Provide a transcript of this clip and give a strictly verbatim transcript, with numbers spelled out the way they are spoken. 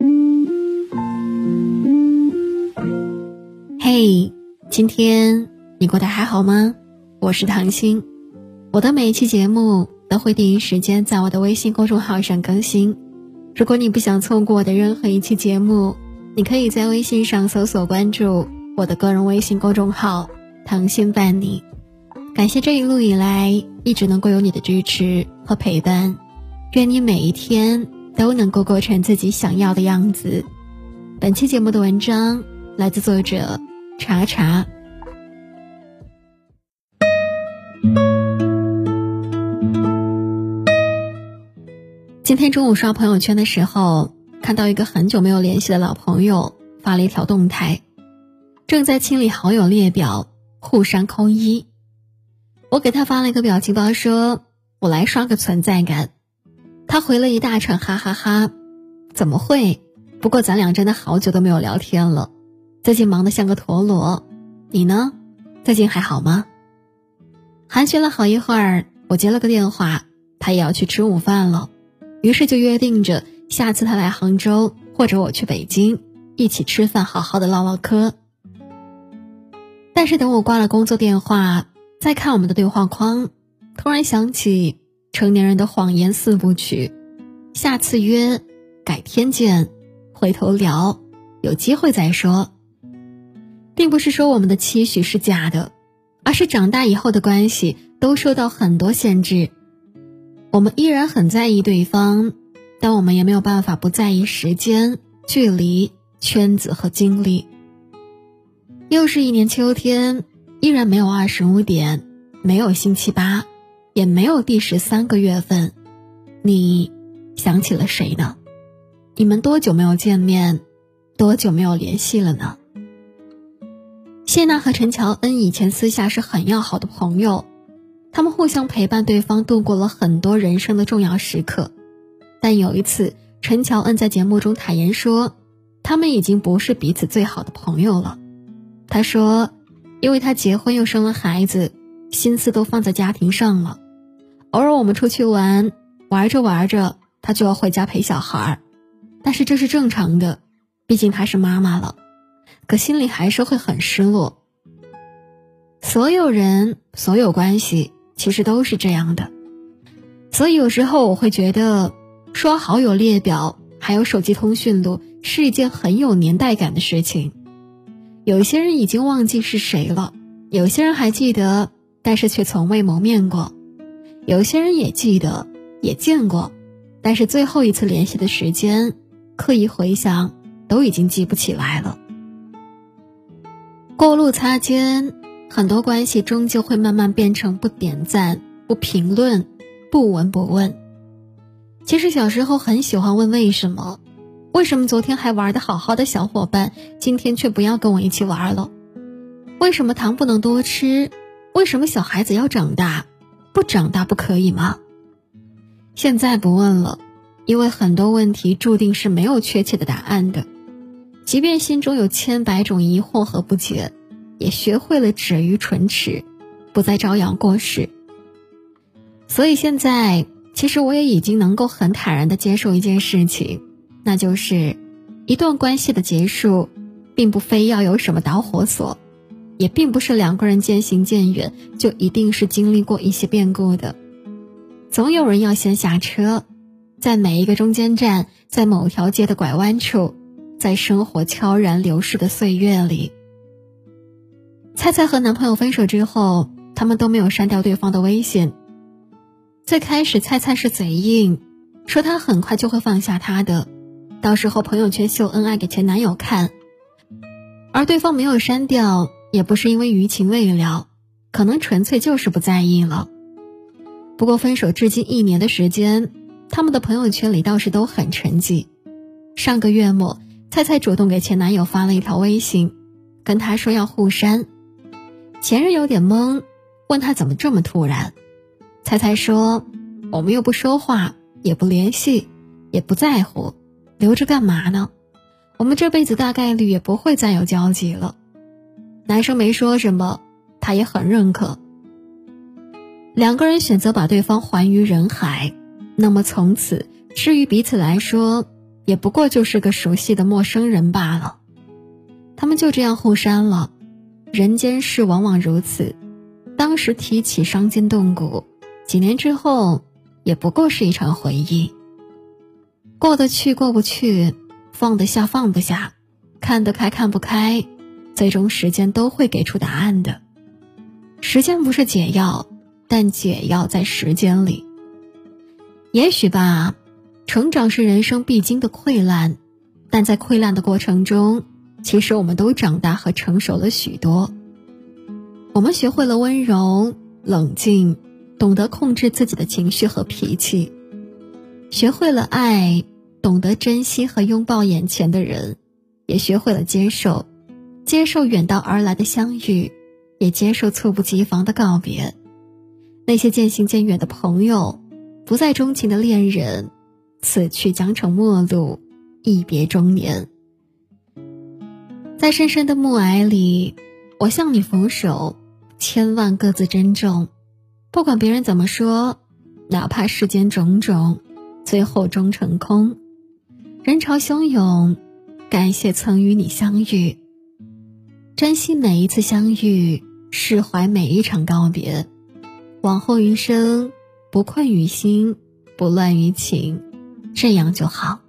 嘿，今天你过得还好吗？我是唐心，我的每一期节目都会第一时间在我的微信公众号上更新。如果你不想错过我的任何一期节目，你可以在微信上搜索关注我的个人微信公众号唐心伴你。感谢这一路以来一直能够有你的支持和陪伴，愿你每一天都能够过成自己想要的样子。本期节目的文章来自作者查查。今天中午刷朋友圈的时候，看到一个很久没有联系的老朋友发了一条动态，正在清理好友列表，互删扣一。我给他发了一个表情包说，我来刷个存在感。他回了一大串哈哈哈，怎么会？不过咱俩真的好久都没有聊天了，最近忙得像个陀螺，你呢？最近还好吗？寒暄了好一会儿，我接了个电话，他也要去吃午饭了，于是就约定着下次他来杭州或者我去北京，一起吃饭，好好的唠唠嗑。但是等我挂了工作电话，再看我们的对话框，突然想起成年人的谎言四部曲，下次约，改天见，回头聊，有机会再说。并不是说我们的期许是假的，而是长大以后的关系都受到很多限制。我们依然很在意对方，但我们也没有办法不在意时间、距离、圈子和精力。又是一年秋天，依然没有二十五点，没有星期八，也没有第十三个月份。你想起了谁呢？你们多久没有见面，多久没有联系了呢？谢娜和陈乔恩以前私下是很要好的朋友，他们互相陪伴对方度过了很多人生的重要时刻。但有一次，陈乔恩在节目中坦言说，他们已经不是彼此最好的朋友了。他说，因为他结婚又生了孩子，心思都放在家庭上了。偶尔我们出去玩，玩着玩着，他就要回家陪小孩，但是这是正常的，毕竟他是妈妈了。可心里还是会很失落。所有人，所有关系，其实都是这样的。所以有时候我会觉得，刷好友列表，还有手机通讯录，是一件很有年代感的事情。有些人已经忘记是谁了，有些人还记得，但是却从未谋面过。有些人也记得，也见过，但是最后一次联系的时间，刻意回想，都已经记不起来了。过路擦肩，很多关系终究会慢慢变成不点赞、不评论、不闻不问。其实小时候很喜欢问为什么，为什么昨天还玩得好好的小伙伴，今天却不要跟我一起玩了？为什么糖不能多吃？为什么小孩子要长大？不长大不可以吗？现在不问了，因为很多问题注定是没有确切的答案的。即便心中有千百种疑惑和不解，也学会了止于唇齿，不再张扬过失。所以现在，其实我也已经能够很坦然地接受一件事情，那就是一段关系的结束，并不非要有什么导火索，也并不是两个人渐行渐远就一定是经历过一些变故的。总有人要先下车，在每一个中间站，在某条街的拐弯处，在生活悄然流逝的岁月里。菜菜和男朋友分手之后，他们都没有删掉对方的微信。最开始菜菜是嘴硬，说她很快就会放下他的，到时候朋友圈秀恩爱给前男友看。而对方没有删掉，也不是因为余情未了，可能纯粹就是不在意了。不过分手至今一年的时间，他们的朋友圈里倒是都很沉寂。上个月末，菜菜主动给前男友发了一条微信，跟他说要互删。前任有点懵，问他怎么这么突然。菜菜说，我们又不说话，也不联系，也不在乎，留着干嘛呢？我们这辈子大概率也不会再有交集了。男生没说什么，他也很认可。两个人选择把对方还于人海，那么从此至于彼此来说， 也不过就是个熟悉的陌生人罢了。他们就这样互删了，人间事往往如此，当时提起伤筋动骨，几年之后也不过是一场回忆。过得去过不去，放得下放不下，看得开看不开，最终时间都会给出答案的。时间不是解药，但解药在时间里。也许吧，成长是人生必经的溃烂，但在溃烂的过程中，其实我们都长大和成熟了许多。我们学会了温柔、冷静，懂得控制自己的情绪和脾气，学会了爱，懂得珍惜和拥抱眼前的人，也学会了接受，接受远道而来的相遇，也接受猝不及防的告别。那些渐行渐远的朋友，不再钟情的恋人，此去将成陌路，一别中年。在深深的暮霭里，我向你俯首，千万个字珍重。不管别人怎么说，哪怕世间种种，最后终成空。人潮汹涌，感谢曾与你相遇，珍惜每一次相遇，释怀每一场告别。往后余生，不困于心，不乱于情，这样就好。